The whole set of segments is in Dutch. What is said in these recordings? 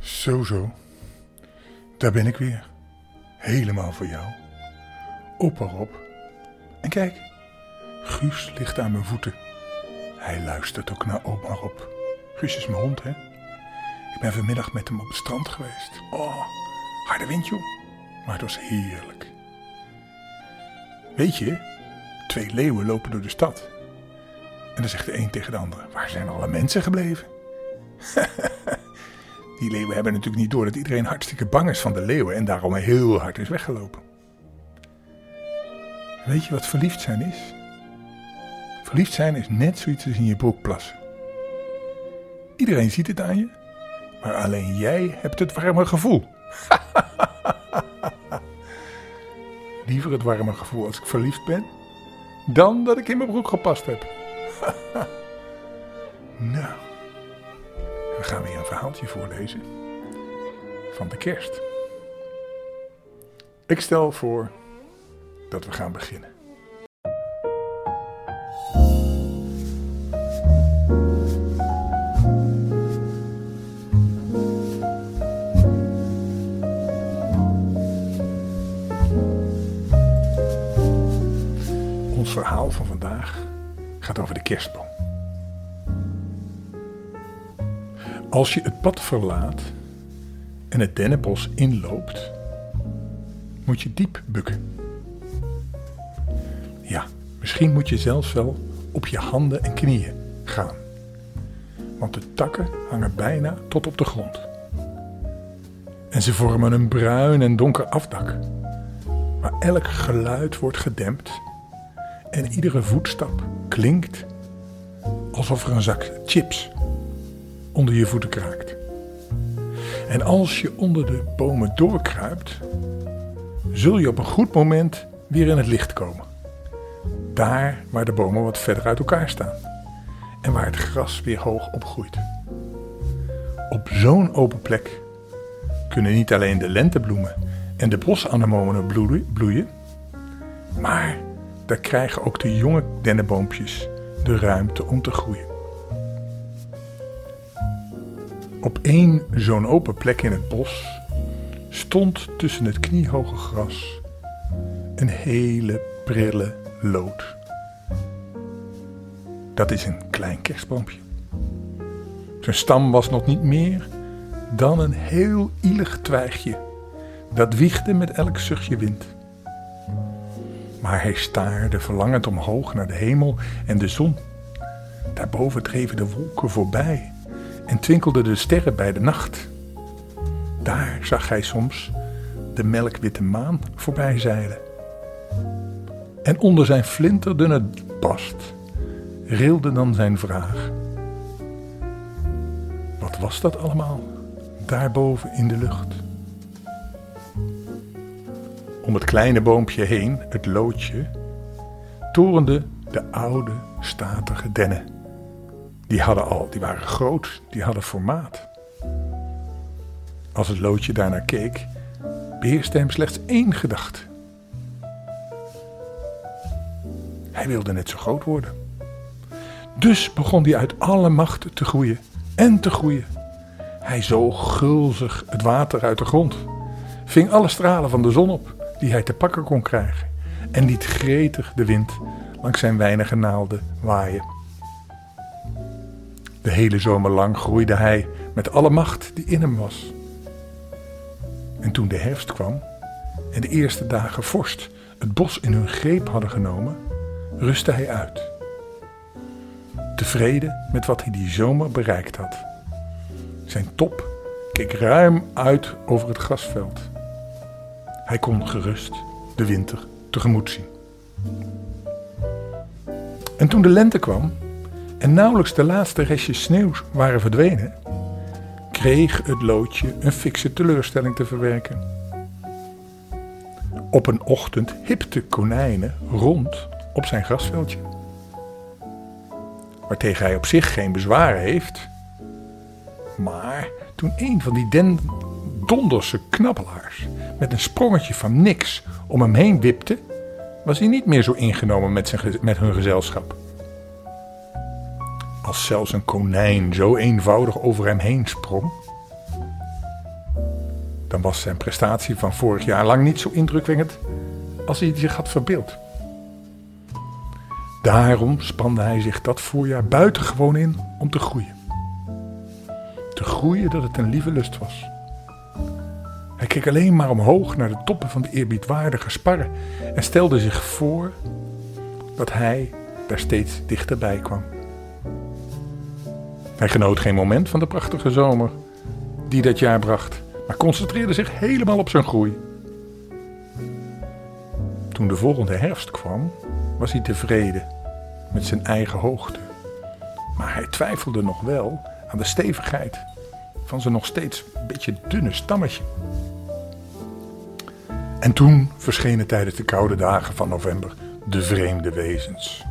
Zo, daar ben ik weer. Helemaal voor jou. Opa Rob. En kijk, Guus ligt aan mijn voeten. Hij luistert ook naar oma Rob. Guus is mijn hond, hè? Ik ben vanmiddag met hem op het strand geweest. Oh, harde wind, joh. Maar het was heerlijk. Weet je, 2 leeuwen lopen door de stad. En dan zegt de een tegen de ander: waar zijn alle mensen gebleven? Die leeuwen hebben natuurlijk niet door dat iedereen hartstikke bang is van de leeuwen en daarom heel hard is weggelopen. Weet je wat verliefd zijn is? Verliefd zijn is net zoiets als in je broek plassen. Iedereen ziet het aan je, maar alleen jij hebt het warme gevoel. Liever het warme gevoel als ik verliefd ben, dan dat ik in mijn broek gepast heb. Nou, we gaan weer een verhaaltje voorlezen van de kerst. Ik stel voor dat we gaan beginnen. Ons verhaal van vandaag gaat over de kerstboom. Als je het pad verlaat en het dennenbos inloopt, moet je diep bukken. Ja, misschien moet je zelfs wel op je handen en knieën gaan. Want de takken hangen bijna tot op de grond. En ze vormen een bruin en donker afdak, waar elk geluid wordt gedempt en iedere voetstap klinkt alsof er een zak chips onder je voeten kraakt. En als je onder de bomen doorkruipt, zul je op een goed moment weer in het licht komen. Daar waar de bomen wat verder uit elkaar staan en waar het gras weer hoog opgroeit. Op zo'n open plek kunnen niet alleen de lentebloemen en de bosanemonen bloeien, maar daar krijgen ook de jonge dennenboompjes de ruimte om te groeien. Op één zo'n open plek in het bos stond tussen het kniehoge gras een hele prille loot. Dat is een klein kerstboompje. Zijn stam was nog niet meer dan een heel ielig twijgje dat wiegde met elk zuchtje wind. Maar hij staarde verlangend omhoog naar de hemel en de zon. Daarboven dreven de wolken voorbij en twinkelden de sterren bij de nacht. Daar zag hij soms de melkwitte maan voorbij zeilen. En onder zijn flinterdunne bast rilde dan zijn vraag: wat was dat allemaal daarboven in de lucht? Om het kleine boompje heen, het loodje, torenden de oude statige dennen. Die waren groot, die hadden formaat. Als het loodje daarnaar keek, beheerste hem slechts één gedachte. Hij wilde net zo groot worden. Dus begon hij uit alle macht te groeien en te groeien. Hij zoog gulzig het water uit de grond, ving alle stralen van de zon op die hij te pakken kon krijgen en liet gretig de wind langs zijn weinige naalden waaien. De hele zomer lang groeide hij met alle macht die in hem was. En toen de herfst kwam en de eerste dagen vorst het bos in hun greep hadden genomen, rustte hij uit. Tevreden met wat hij die zomer bereikt had. Zijn top keek ruim uit over het grasveld. Hij kon gerust de winter tegemoet zien. En toen de lente kwam en nauwelijks de laatste restjes sneeuw waren verdwenen, kreeg het loodje een fikse teleurstelling te verwerken. Op een ochtend hipten konijnen rond op zijn grasveldje, waartegen hij op zich geen bezwaar heeft. Maar toen een van die donderse knabbelaars met een sprongetje van niks om hem heen wipte, was hij niet meer zo ingenomen met hun gezelschap. Als zelfs een konijn zo eenvoudig over hem heen sprong, dan was zijn prestatie van vorig jaar lang niet zo indrukwekkend als hij zich had verbeeld. Daarom spande hij zich dat voorjaar buitengewoon in om te groeien. Te groeien dat het een lieve lust was. Hij keek alleen maar omhoog naar de toppen van de eerbiedwaardige sparren en stelde zich voor dat hij daar steeds dichterbij kwam. Hij genoot geen moment van de prachtige zomer die dat jaar bracht, maar concentreerde zich helemaal op zijn groei. Toen de volgende herfst kwam, was hij tevreden met zijn eigen hoogte. Maar hij twijfelde nog wel aan de stevigheid van zijn nog steeds een beetje dunne stammetje. En toen verschenen tijdens de koude dagen van november de vreemde wezens.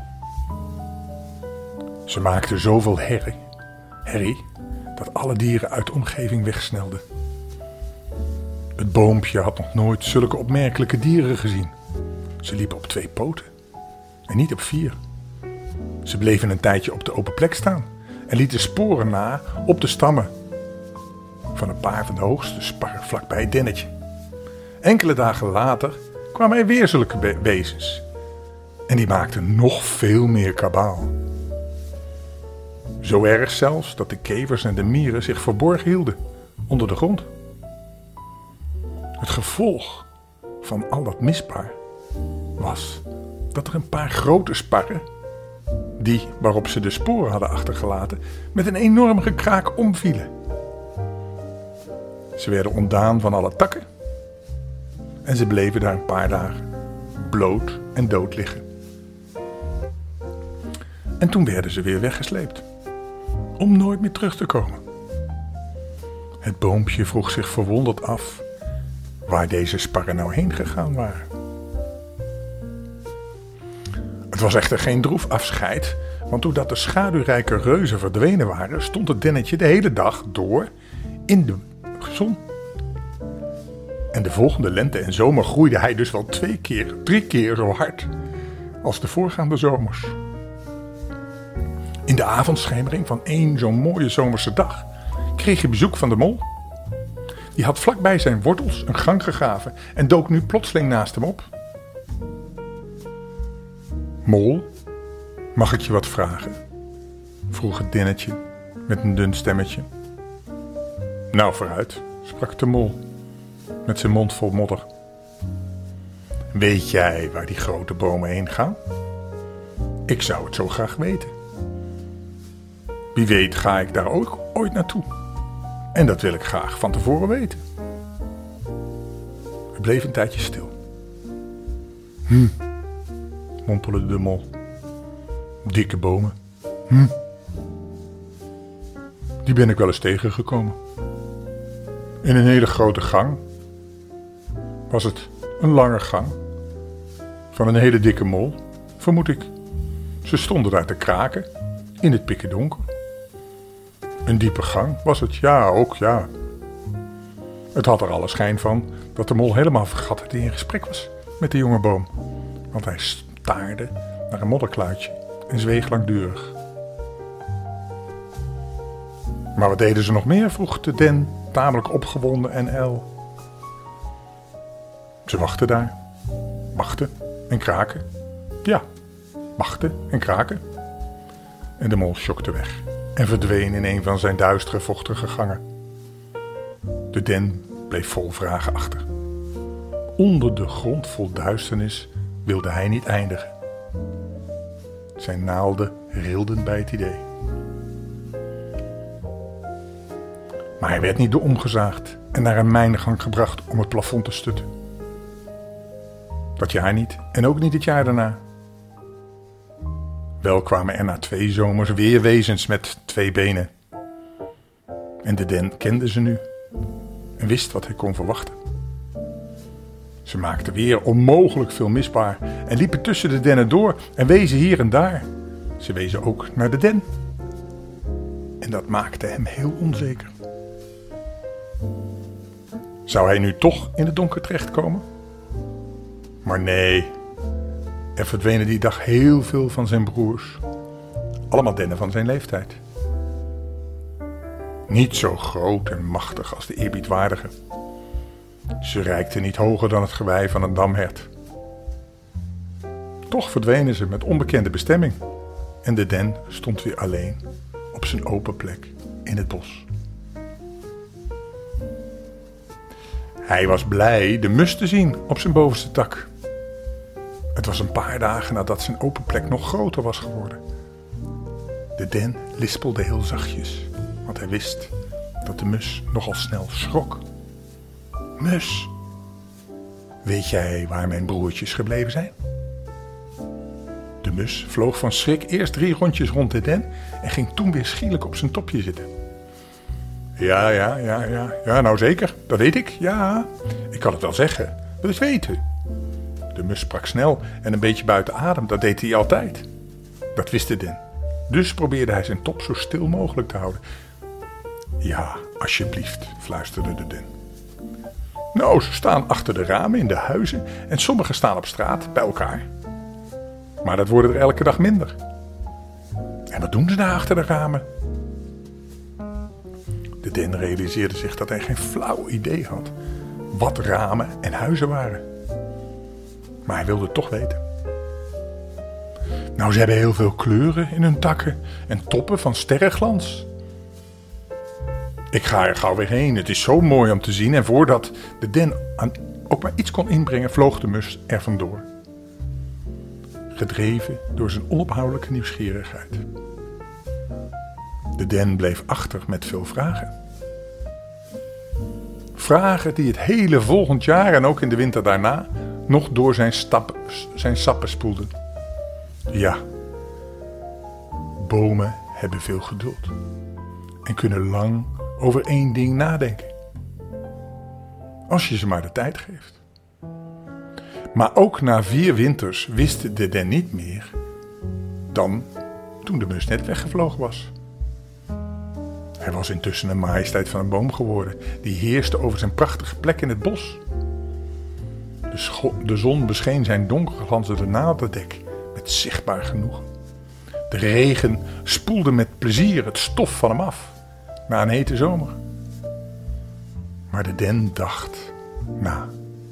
Ze maakten zoveel herrie, dat alle dieren uit de omgeving wegsnelden. Het boompje had nog nooit zulke opmerkelijke dieren gezien. Ze liepen op 2 poten en niet op 4. Ze bleven een tijdje op de open plek staan en lieten sporen na op de stammen van een paar van de hoogste sparren vlakbij het dennetje. Enkele dagen later kwamen er weer zulke wezens en die maakten nog veel meer kabaal. Zo erg zelfs dat de kevers en de mieren zich verborgen hielden onder de grond. Het gevolg van al dat misbaar was dat er een paar grote sparren, die waarop ze de sporen hadden achtergelaten, met een enorm gekraak omvielen. Ze werden ontdaan van alle takken en ze bleven daar een paar dagen bloot en dood liggen. En toen werden ze weer weggesleept, om nooit meer terug te komen. Het boompje vroeg zich verwonderd af waar deze sparren nou heen gegaan waren. Het was echter geen droef afscheid, want doordat de schaduwrijke reuzen verdwenen waren, stond het dennetje de hele dag door in de zon. En de volgende lente en zomer groeide hij dus wel 3 keer zo hard als de voorgaande zomers. In de avondschemering van één zo'n mooie zomerse dag kreeg hij bezoek van de mol. Die had vlakbij zijn wortels een gang gegraven en dook nu plotseling naast hem op. Mol, mag ik je wat vragen? Vroeg het dennetje met een dun stemmetje. Nou, vooruit, sprak de mol met zijn mond vol modder. Weet jij waar die grote bomen heen gaan? Ik zou het zo graag weten. Wie weet ga ik daar ook ooit naartoe. En dat wil ik graag van tevoren weten. Het bleef een tijdje stil. Mompelde de mol. Dikke bomen. Die ben ik wel eens tegengekomen. In een hele grote gang was het een lange gang van een hele dikke mol, vermoed ik. Ze stonden daar te kraken in het pikkendonker. Een diepe gang was het, ja, ook ja. Het had er alle schijn van dat de mol helemaal vergat dat hij in gesprek was met de jonge boom. Want hij staarde naar een modderkluitje en zweeg langdurig. Maar wat deden ze nog meer, vroeg de den, tamelijk opgewonden en ijl. Ze wachten daar. Wachten en kraken. Ja, wachten en kraken. En de mol sjokte weg en verdween in een van zijn duistere, vochtige gangen. De den bleef vol vragen achter. Onder de grond vol duisternis wilde hij niet eindigen. Zijn naalden rilden bij het idee. Maar hij werd niet door omgezaagd en naar een mijngang gebracht om het plafond te stutten. Dat jaar niet en ook niet het jaar daarna. Wel kwamen er na 2 zomers weer wezens met 2 benen. En de den kende ze nu en wist wat hij kon verwachten. Ze maakten weer onmogelijk veel misbaar en liepen tussen de dennen door en wezen hier en daar. Ze wezen ook naar de den. En dat maakte hem heel onzeker. Zou hij nu toch in het donker terechtkomen? Maar nee, er verdwenen die dag heel veel van zijn broers. Allemaal dennen van zijn leeftijd. Niet zo groot en machtig als de eerbiedwaardige, Ze reikte niet hoger dan het gewei van een damhert. Toch verdwenen ze met onbekende bestemming en de den stond weer alleen op zijn open plek in het bos. Hij was blij de mus te zien op zijn bovenste tak. Het was een paar dagen nadat zijn open plek nog groter was geworden. De den lispelde heel zachtjes, want hij wist dat de mus nogal snel schrok. Mus, weet jij waar mijn broertjes gebleven zijn? De mus vloog van schrik eerst 3 rondjes rond de den en ging toen weer schielijk op zijn topje zitten. Ja, nou zeker, dat weet ik, ja. Ik kan het wel zeggen, dat is weten. De mus sprak snel en een beetje buiten adem, dat deed hij altijd. Dat wist de den. Dus probeerde hij zijn top zo stil mogelijk te houden. Ja, alsjeblieft, fluisterde de den. Nou, ze staan achter de ramen in de huizen en sommige staan op straat bij elkaar. Maar dat worden er elke dag minder. En wat doen ze daar achter de ramen? De den realiseerde zich dat hij geen flauw idee had wat ramen en huizen waren. Maar hij wilde het toch weten. Nou, ze hebben heel veel kleuren in hun takken en toppen van sterrenglans. Ik ga er gauw weer heen, het is zo mooi om te zien. En voordat de den ook maar iets kon inbrengen, vloog de mus er vandoor. Gedreven door zijn onophoudelijke nieuwsgierigheid. De den bleef achter met veel vragen. Vragen die het hele volgend jaar en ook in de winter daarna nog door zijn sappen spoelden. Ja, bomen hebben veel geduld en kunnen lang over één ding nadenken. Als je ze maar de tijd geeft. Maar ook na 4 winters wist de den niet meer dan toen de mus net weggevlogen was. Hij was intussen een majesteit van een boom geworden, die heerste over zijn prachtige plek in het bos. De zon bescheen zijn donkerglanzende naderdek met zichtbaar genoegen. De regen spoelde met plezier het stof van hem af, na een hete zomer. Maar de den dacht na.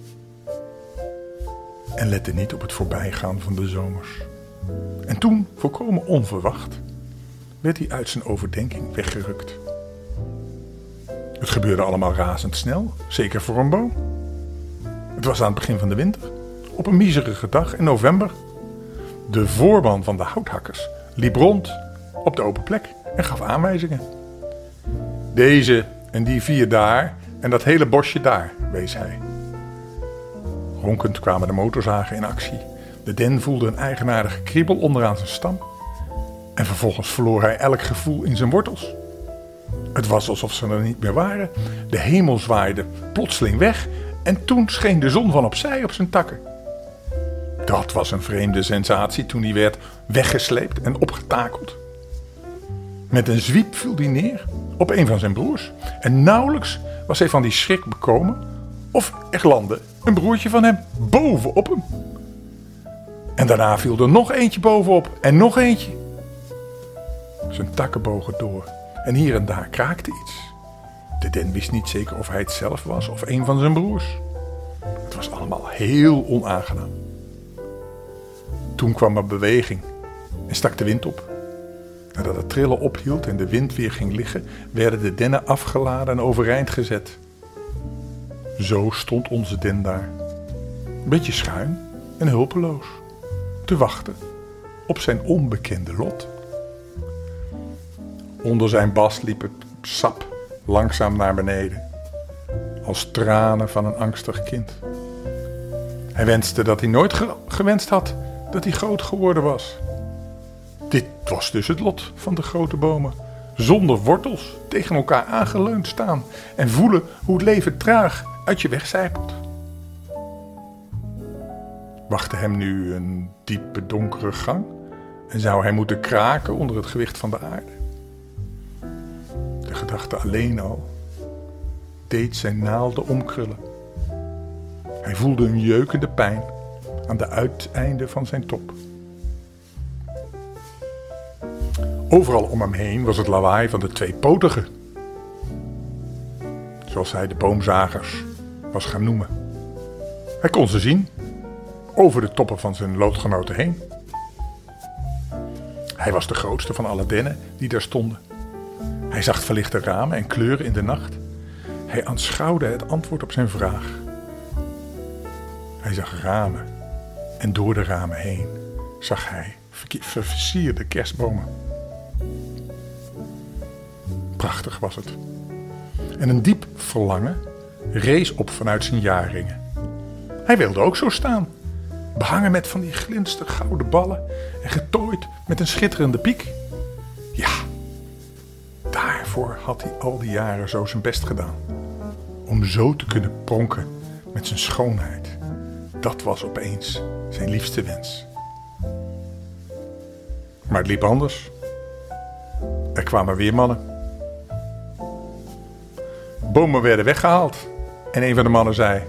En lette niet op het voorbijgaan van de zomers. En toen, volkomen onverwacht, werd hij uit zijn overdenking weggerukt. Het gebeurde allemaal razendsnel, zeker voor een boom. Het was aan het begin van de winter, op een miserige dag in november. De voorman van de houthakkers liep rond op de open plek en gaf aanwijzingen. Deze en die 4 daar en dat hele bosje daar, wees hij. Ronkend kwamen de motorzagen in actie. De den voelde een eigenaardige kriebel onderaan zijn stam. En vervolgens verloor hij elk gevoel in zijn wortels. Het was alsof ze er niet meer waren. De hemel zwaaide plotseling weg en toen scheen de zon van opzij op zijn takken. Dat was een vreemde sensatie toen hij werd weggesleept en opgetakeld. Met een zwiep viel hij neer op een van zijn broers. En nauwelijks was hij van die schrik bekomen of er landde een broertje van hem bovenop hem. En daarna viel er nog eentje bovenop en nog eentje. Zijn takken bogen door en hier en daar kraakte iets. De den wist niet zeker of hij het zelf was of een van zijn broers. Het was allemaal heel onaangenaam. Toen kwam er beweging en stak de wind op. Nadat het trillen ophield en de wind weer ging liggen, werden de dennen afgeladen en overeind gezet. Zo stond onze den daar, een beetje schuin en hulpeloos, te wachten op zijn onbekende lot. Onder zijn bas liep het sap langzaam naar beneden, als tranen van een angstig kind. Hij wenste dat hij nooit gewenst had dat hij groot geworden was. Dit was dus het lot van de grote bomen. Zonder wortels, tegen elkaar aangeleund staan en voelen hoe het leven traag uit je wegcijpelt. Wachtte hem nu een diepe donkere gang en zou hij moeten kraken onder het gewicht van de aarde? De gedachte alleen al deed zijn naalden omkrullen. Hij voelde een jeukende pijn aan de uiteinden van zijn top. Overal om hem heen was het lawaai van de tweepotigen. Zoals hij de boomzagers was gaan noemen. Hij kon ze zien, over de toppen van zijn loodgenoten heen. Hij was de grootste van alle dennen die daar stonden. Hij zag verlichte ramen en kleuren in de nacht. Hij aanschouwde het antwoord op zijn vraag. Hij zag ramen en door de ramen heen zag hij versierde kerstbomen. Prachtig was het. En een diep verlangen rees op vanuit zijn jaarringen. Hij wilde ook zo staan, behangen met van die glinster gouden ballen en getooid met een schitterende piek. Ja, daarvoor had hij al die jaren zo zijn best gedaan. Om zo te kunnen pronken met zijn schoonheid. Dat was opeens zijn liefste wens. Maar het liep anders. Er kwamen weer mannen. Bomen werden weggehaald en een van de mannen zei: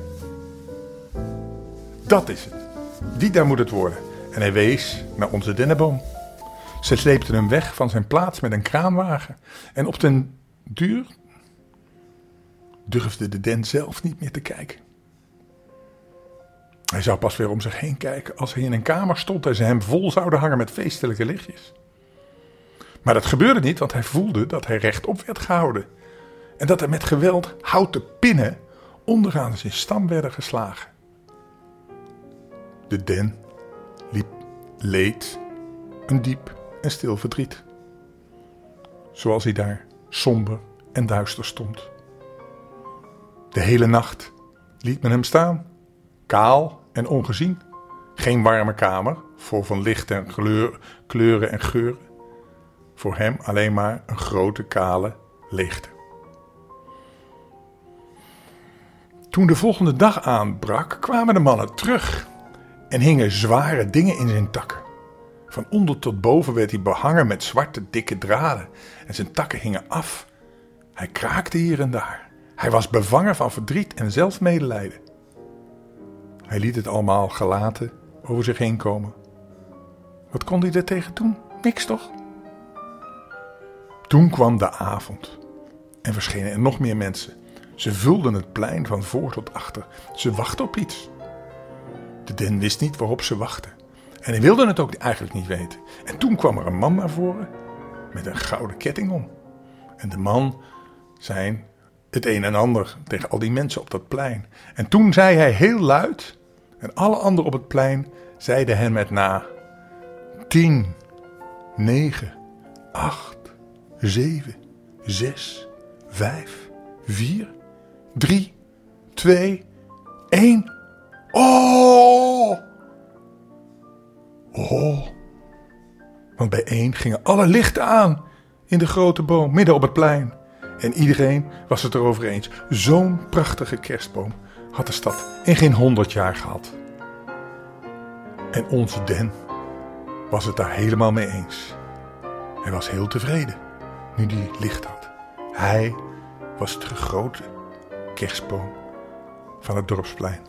dat is het, die daar moet het worden. En hij wees naar onze dennenboom. Ze sleepten hem weg van zijn plaats met een kraanwagen. En op den duur durfde de den zelf niet meer te kijken. Hij zou pas weer om zich heen kijken als hij in een kamer stond en ze hem vol zouden hangen met feestelijke lichtjes. Maar dat gebeurde niet, want hij voelde dat hij rechtop werd gehouden. En dat er met geweld houten pinnen onderaan zijn stam werden geslagen. De den leed een diep en stil verdriet. Zoals hij daar somber en duister stond. De hele nacht liet men hem staan, kaal en ongezien. Geen warme kamer, vol van licht en kleuren en geuren. Voor hem alleen maar een grote kale leegte. Toen de volgende dag aanbrak, kwamen de mannen terug en hingen zware dingen in zijn takken. Van onder tot boven werd hij behangen met zwarte dikke draden en zijn takken hingen af. Hij kraakte hier en daar. Hij was bevangen van verdriet en zelfmedelijden. Hij liet het allemaal gelaten over zich heen komen. Wat kon hij er tegen doen? Niks toch? Toen kwam de avond en verschenen er nog meer mensen. Ze vulden het plein van voor tot achter. Ze wachten op iets. De den wist niet waarop ze wachten. En hij wilde het ook eigenlijk niet weten. En toen kwam er een man naar voren met een gouden ketting om. En de man zei het een en ander tegen al die mensen op dat plein. En toen zei hij heel luid, en alle anderen op het plein zeiden hem het na: 10, 9, 8, 7, 6, 5, 4, 3, 2, 1. Oh! Oh! Want bij 1 gingen alle lichten aan in de grote boom midden op het plein. En iedereen was het erover eens. Zo'n prachtige kerstboom had de stad in geen 100 jaar gehad. En onze den was het daar helemaal mee eens. Hij was heel tevreden nu die licht had. Hij was de grote kerstboom van het dorpsplein.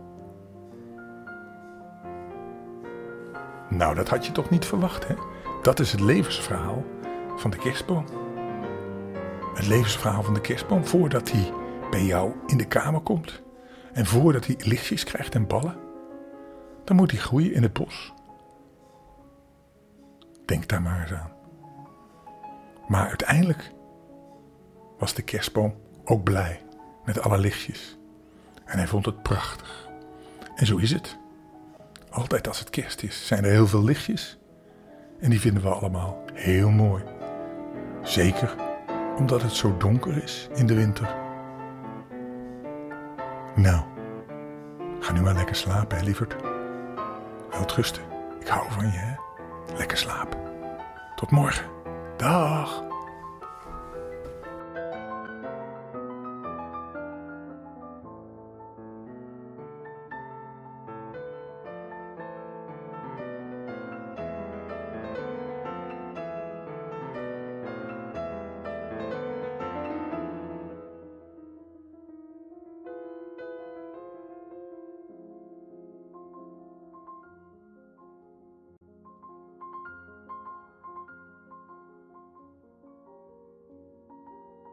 Nou, dat had je toch niet verwacht, hè? Dat is het levensverhaal van de kerstboom. Het levensverhaal van de kerstboom voordat hij bij jou in de kamer komt. En voordat hij lichtjes krijgt en ballen. Dan moet hij groeien in het bos. Denk daar maar eens aan. Maar uiteindelijk was de kerstboom ook blij met alle lichtjes. En hij vond het prachtig. En zo is het. Altijd als het kerst is, zijn er heel veel lichtjes. En die vinden we allemaal heel mooi. Zeker omdat het zo donker is in de winter. Nou, ga nu maar lekker slapen, hè, lieverd. Welterusten. Ik hou van je, hè. Lekker slapen. Tot morgen. Dag.